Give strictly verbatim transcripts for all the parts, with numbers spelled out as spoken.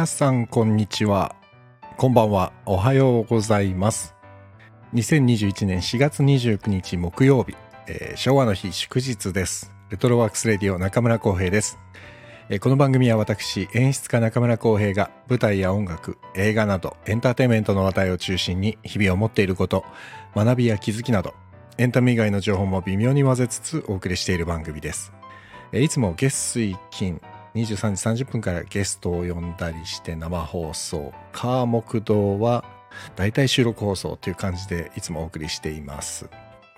さんこんにちは、こんばんは、おはようございます。にせんにじゅういちねんしがつにじゅうくにち木曜日、えー、昭和の日祝日です。レトロワークスレディオ中村浩平です。えー、この番組は私演出家中村浩平が舞台や音楽、映画などエンターテインメントの話題を中心に日々思っていること、学びや気づきなどエンタメ以外の情報も微妙に混ぜつつお送りしている番組です。えー、いつも月水金にじゅうさんじさんじゅっぷんからゲストを呼んだりして生放送、火木土はだいたい収録放送という感じでいつもお送りしています。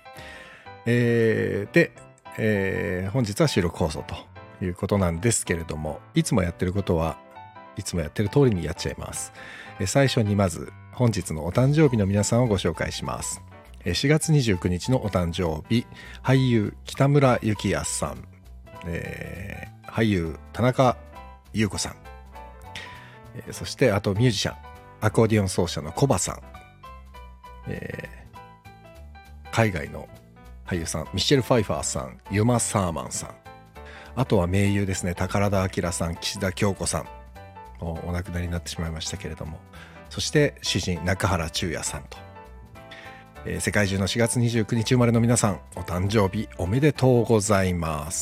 えー、で、えー、本日は収録放送ということなんですけれども、いつもやってることはいつもやってる通りにやっちゃいます。え最初にまず本日のお誕生日の皆さんをご紹介します。しがつにじゅうくにちのお誕生日、俳優北村幸也さん、えー、俳優田中優子さん、えー、そしてあとミュージシャンアコーディオン奏者のコバさん、えー、海外の俳優さんミシェル・ファイファーさん、ユマ・サーマンさん、あとは名優ですね、宝田明さん、岸田京子さん、お亡くなりになってしまいましたけれども、そして詩人中原中也さんと、えー、世界中のしがつにじゅうくにち生まれの皆さん、お誕生日おめでとうございます。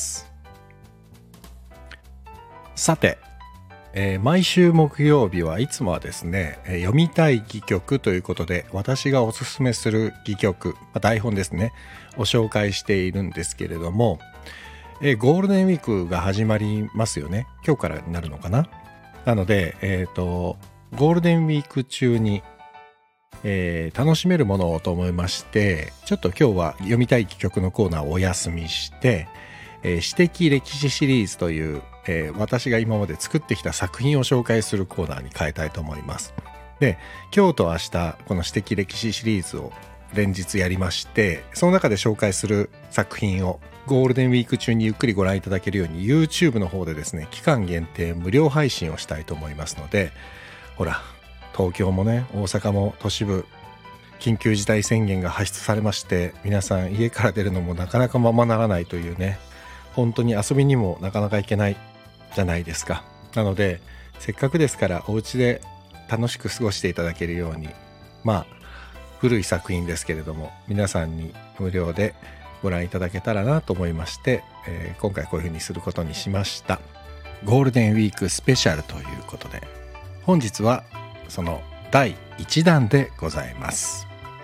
さて、えー、毎週木曜日はいつもはですね、えー、読みたい戯曲ということで私がおすすめする戯曲、まあ、台本ですねを紹介しているんですけれども、えー、ゴールデンウィークが始まりますよね。今日からになるのかな。なので、えーと、ゴールデンウィーク中に、えー、楽しめるものをと思いまして、ちょっと今日は読みたい戯曲のコーナーをお休みして、えー、詩的歴史シリーズという、えー、私が今まで作ってきた作品を紹介するコーナーに変えたいと思います。で、今日と明日この詩的歴史シリーズを連日やりまして、その中で紹介する作品をゴールデンウィーク中にゆっくりご覧いただけるように YouTube の方でですね、期間限定無料配信をしたいと思いますので、ほら東京もね、大阪も都市部緊急事態宣言が発出されまして、皆さん家から出るのもなかなかままならないというね、本当に遊びにもなかなか行けないじゃないですか。なのでせっかくですからお家で楽しく過ごしていただけるように、まあ古い作品ですけれども皆さんに無料でご覧いただけたらなと思いまして、えー、今回こういうふうにすることにしました。ゴールデンウィークスペシャルということで、本日はそのだいいちだんでございます。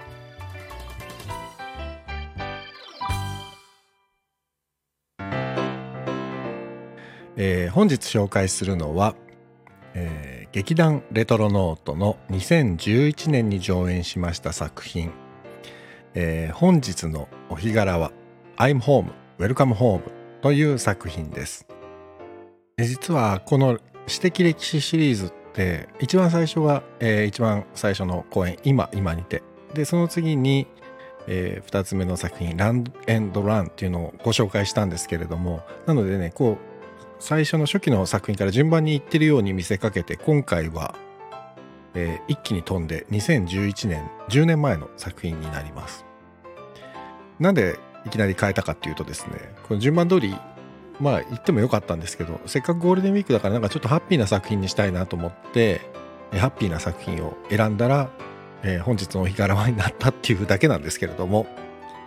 えー、本日紹介するのは、えー、劇団レトロノートのにせんじゅういちねんに上演しました作品、えー、本日のお日柄は I'm Home Welcome Home という作品です。実はこの詩的歴史シリーズって一番最初は、えー、一番最初の公演今今にて、でその次に、えー、ふたつめの作品ランドエンドランっていうのをご紹介したんですけれども、なのでね、こう最初の初期の作品から順番にいってるように見せかけて、今回は、えー、一気に飛んでにせんじゅういちねんじゅうねんまえの作品になります。なんでいきなり変えたかっていうとですね、この順番通りまあ言ってもよかったんですけど、せっかくゴールデンウィークだからなんかちょっとハッピーな作品にしたいなと思って、えー、ハッピーな作品を選んだら、えー、本日のお日柄はになったっていうだけなんですけれども、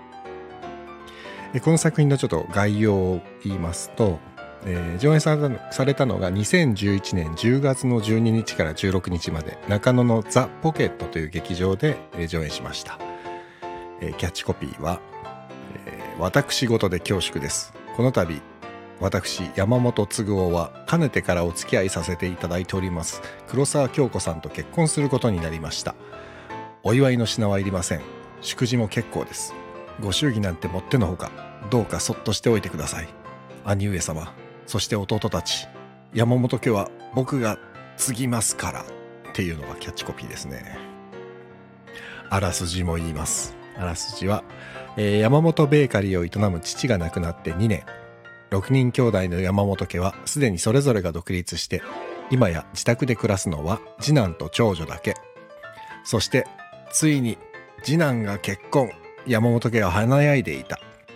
えー、この作品のちょっと概要を言いますと、えー、上演されたの、されたのがにせんじゅういちねんじゅうがつのじゅうににちからじゅうろくにちまで中野のザ・ポケットという劇場で、えー、上演しました。えー、キャッチコピーは、えー、私事で恐縮です。この度私山本嗣夫はかねてからお付き合いさせていただいております黒沢京子さんと結婚することになりました。お祝いの品はいりません。祝辞も結構です。ご祝儀なんてもってのほか、どうかそっとしておいてください。兄上様、そして弟たち、山本家は僕が継ぎますからっていうのがキャッチコピーですね。あらすじも言います。あらすじは、えー、山本ベーカリーを営む父が亡くなってにねん、ろくにん兄弟の山本家はすでにそれぞれが独立して、今や自宅で暮らすのは次男と長女だけ。そしてついに次男が結婚。山本家は華やいでいた。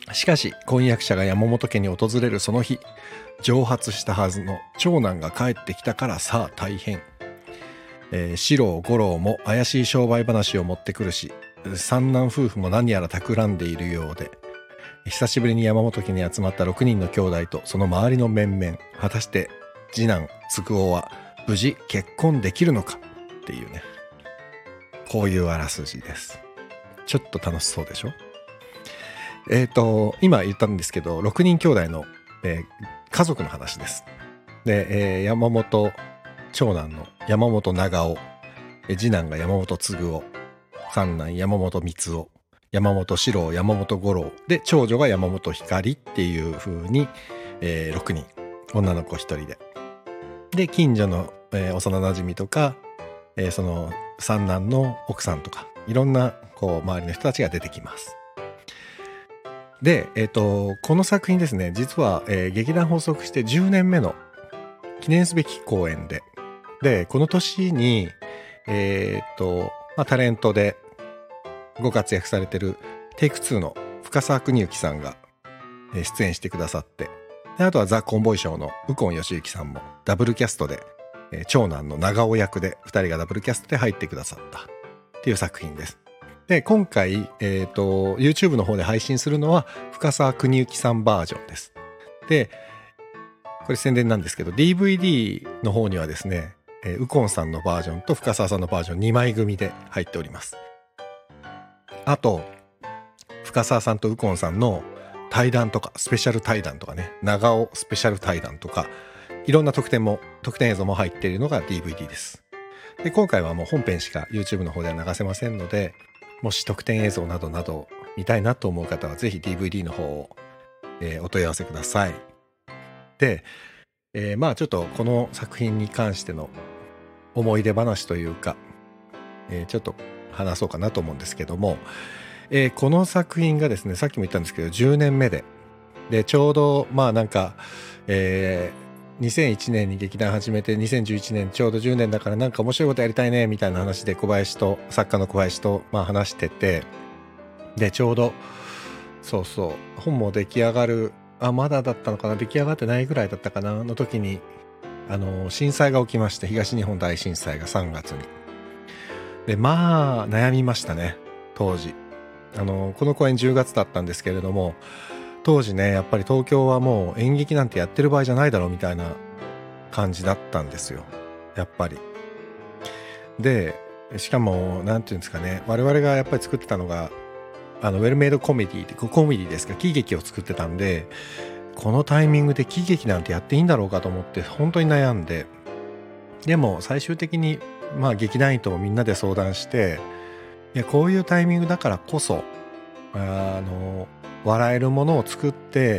しかし婚約者が山本家に訪れるその日、蒸発したはずの長男が帰ってきたからさあ大変。えー、四郎五郎も怪しい商売話を持ってくるし、三男夫婦も何やら企んでいるようで、久しぶりに山本家に集まったろくにんの兄弟とその周りの面々、果たして次男嗣夫は無事結婚できるのかっていうね、こういうあらすじです。ちょっと楽しそうでしょ。えっと今言ったんですけど、ろくにん兄弟の、えー、家族の話です。で、えー、山本長男の山本長尾、次男が山本嗣夫、三男山本光雄、山本四郎、山本五郎で、長女が山本光っていう風に、えー、ろくにん、女の子ひとりで、で近所の、えー、幼なじみとか、えー、その三男の奥さんとか、いろんなこう周りの人たちが出てきます。で、えーと、この作品ですね、実は、えー、劇団発足してじゅうねんめの記念すべき公演で、でこの年にえーとまあ、タレントでご活躍されてるテイクツーの深沢邦之さんが出演してくださって、であとはザ・コンボイショーの右近義行さんもダブルキャストで、えー、長男の長尾役でふたりがダブルキャストで入ってくださったっていう作品です。で今回、えーと YouTube の方で配信するのは深沢邦之さんバージョンです。でこれ宣伝なんですけど、 ディーブイディー の方にはですね、えー、右近さんのバージョンと深沢さんのバージョンにまい組で入っております。あと深沢さんと右近さんの対談とかスペシャル対談とかね、長尾スペシャル対談とか、いろんな特典も特典映像も入っているのが ディーブイディー です。で今回はもう本編しか YouTube の方では流せませんので、もし特典映像などなど見たいなと思う方はぜひ ディーブイディー の方を、えー、お問い合わせください。で、えー、まあちょっとこの作品に関しての思い出話というか、えー、ちょっと話そうかなと思うんですけども、えー、この作品がですね、さっきも言ったんですけどじゅうねんめで、でちょうどまあなんか、えー、にせんいちねんに劇団始めてにせんじゅういちねんちょうどじゅうねんだからなんか面白いことやりたいねみたいな話で小林と作家の小林とまあ話してて、でちょうどそうそう本も出来上がる、あまだだったのかな、出来上がってないぐらいだったかなの時にあの震災が起きまして、東日本大震災がさんがつに。でまあ悩みましたね当時。あのこの公演じゅうがつだったんですけれども、当時ねやっぱり東京はもう演劇なんてやってる場合じゃないだろうみたいな感じだったんですよやっぱり。でしかもなんていうんですかね、我々がやっぱり作ってたのがあのウェルメイドコメディってコメディですか、喜劇を作ってたんで、このタイミングで喜劇なんてやっていいんだろうかと思って本当に悩んで、でも最終的にまあ劇団員ともみんなで相談して、いやこういうタイミングだからこそあの笑えるものを作って、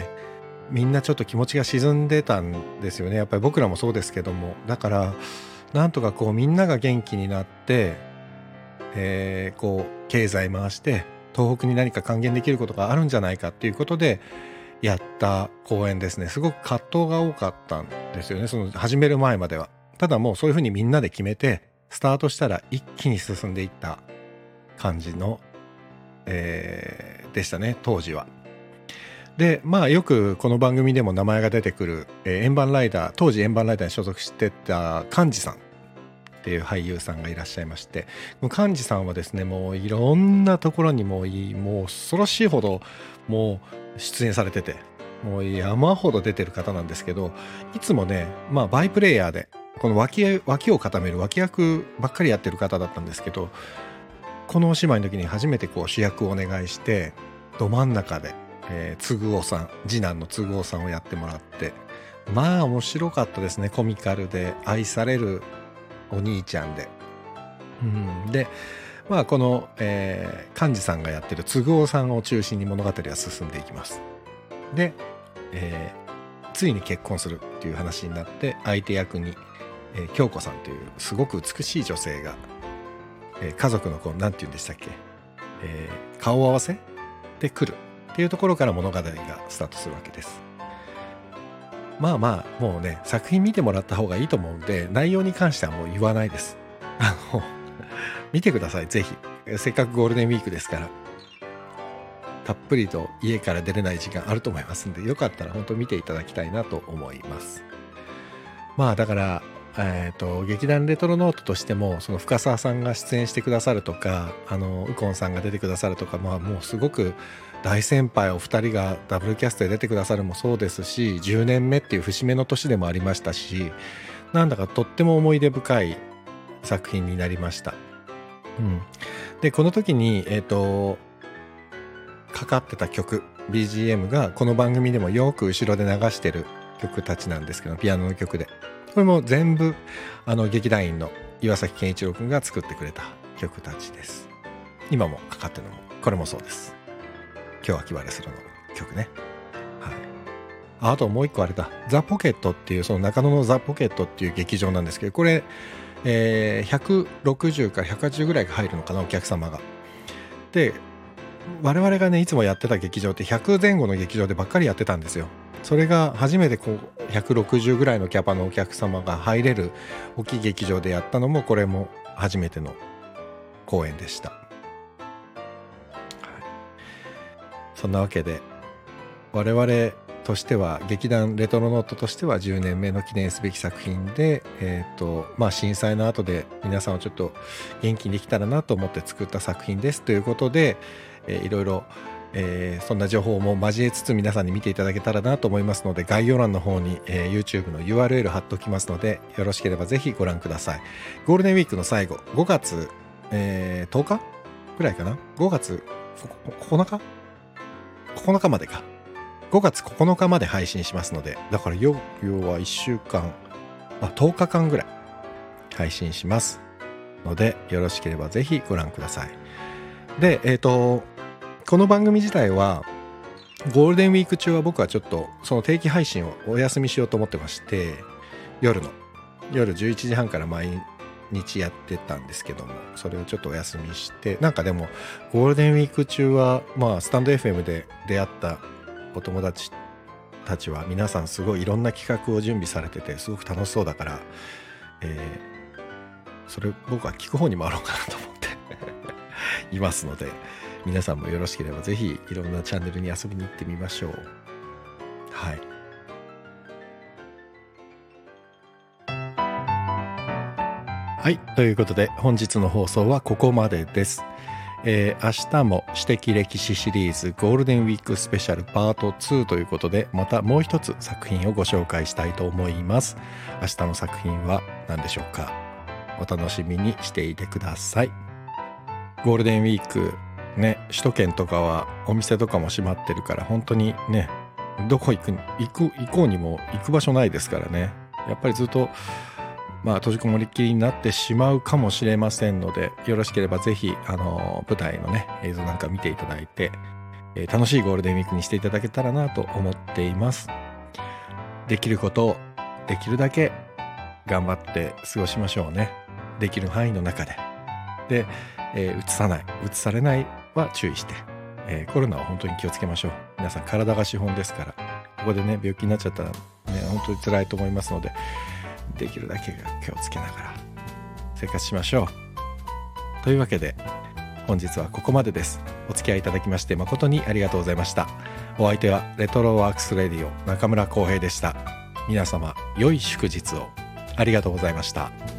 みんなちょっと気持ちが沈んでたんですよね、やっぱり僕らもそうですけども。だからなんとかこうみんなが元気になって、えー、こう経済回して東北に何か還元できることがあるんじゃないかっていうことでやった公演ですね。すごく葛藤が多かったんですよね、その始める前までは。ただもうそういうふうにみんなで決めてスタートしたら一気に進んでいった感じの、えー、でしたね当時は。でまあよくこの番組でも名前が出てくる、えー、円盤ライダー、当時円盤ライダーに所属してた幹事さんっていう俳優さんがいらっしゃいまして、幹事さんはですねもういろんなところにもういいもう恐ろしいほどもう出演されてて、もう山ほど出てる方なんですけど、いつもねまあバイプレイヤーでこの脇、脇を固める脇役ばっかりやってる方だったんですけど、このお芝居の時に初めてこう主役をお願いしてど真ん中で、えー、嗣夫さん、次男の嗣夫さんをやってもらって、まあ面白かったですね。コミカルで愛されるお兄ちゃんで、うん、でまあこの、えー、幹事さんがやってる嗣夫さんを中心に物語は進んでいきます。で、えー、ついに結婚するっていう話になって、相手役に、えー、京子さんというすごく美しい女性が、えー、家族のこうなんて言うんでしたっけ、えー、顔合わせで来るっていうところから物語がスタートするわけです。まあまあもうね作品見てもらった方がいいと思うんで、内容に関してはもう言わないです。あの見てくださいぜひ、せっかくゴールデンウィークですから。 たっぷりと家から出れない時間あると思いますんで、よかったら本当見ていただきたいなと思います。まあだからえー、と劇団レトロノートとしても、その深澤さんが出演してくださるとか、あのウコンさんが出てくださるとか、まあもうすごく大先輩お二人がダブルキャストで出てくださるもそうですし、じゅうねんめっていう節目の年でもありましたし、なんだかとっても思い出深い作品になりました。うん、でこの時にえっ、ー、とかかってた曲 ビージーエム がこの番組でもよく後ろで流してる曲たちなんですけど、ピアノの曲で、これも全部あの劇団員の岩崎健一郎くんが作ってくれた曲たちです。今もかかってるのもこれもそうです。今日秋晴れするの曲ね。はい。あ, あともう一個あれだ、ザ・ポケットっていう、その中野のザ・ポケットっていう劇場なんですけど、これ、えー、ひゃくろくじゅうからひゃくはちじゅうぐらいが入るのかな、お客様が。で我々がねいつもやってた劇場ってひゃくぜん後の劇場でばっかりやってたんですよ。それが初めてこうひゃくろくじゅうぐらいのキャパのお客様が入れる大きい劇場でやったのも、これも初めての公演でした。はい、そんなわけで我々としては、劇団レトロノートとしてはじゅうねんめの記念すべき作品で、えーとまあ、震災の後で皆さんをちょっと元気にできたらなと思って作った作品ですということで、えー、いろいろえー、そんな情報も交えつつ皆さんに見ていただけたらなと思いますので、概要欄の方に、えー、YouTube の ユーアールエル 貼っておきますので、よろしければぜひご覧ください。ゴールデンウィークの最後、ごがつ、えー、とおかぐらいかな、ごがつここのかここのかまでかごがつここのかまで配信しますので、だから要はいっしゅうかん、あとおかかんぐらい配信しますので、よろしければぜひご覧ください。でえっ、ー、とこの番組自体はゴールデンウィーク中は僕はちょっとその定期配信をお休みしようと思ってまして、夜の夜じゅういちじはんから毎日やってたんですけども、それをちょっとお休みして、なんかでもゴールデンウィーク中はまあスタンド エフエム で出会ったお友達たちは皆さんすごいいろんな企画を準備されてて、すごく楽しそうだから、えー、それ僕は聞く方に回ろうかなと思っていますので、皆さんもよろしければぜひいろんなチャンネルに遊びに行ってみましょう。はい。はい、ということで本日の放送はここまでです。えー、明日も私的歴史シリーズゴールデンウィークスペシャルパートツーということで、またもう一つ作品をご紹介したいと思います。明日の作品は何でしょうか。お楽しみにしていてください。ゴールデンウィークね、首都圏とかはお店とかも閉まってるから、本当にね、どこ行く行く行こうにも行く場所ないですからね。やっぱりずっとまあ閉じこもりっきりになってしまうかもしれませんので、よろしければぜひあの舞台のね映像なんか見ていただいて、えー、楽しいゴールデンウィークにしていただけたらなと思っています。できることをできるだけ頑張って過ごしましょうね。できる範囲の中でで、えー、うつさない、うつされないは注意して、えー、コロナは本当に気をつけましょう。皆さん体が資本ですから、ここでね病気になっちゃったらね本当に辛いと思いますので、できるだけ気をつけながら生活しましょう。というわけで本日はここまでです。お付き合いいただきまして誠にありがとうございました。お相手はレトロワークスレディオ中村浩平でした。皆様良い祝日を。ありがとうございました。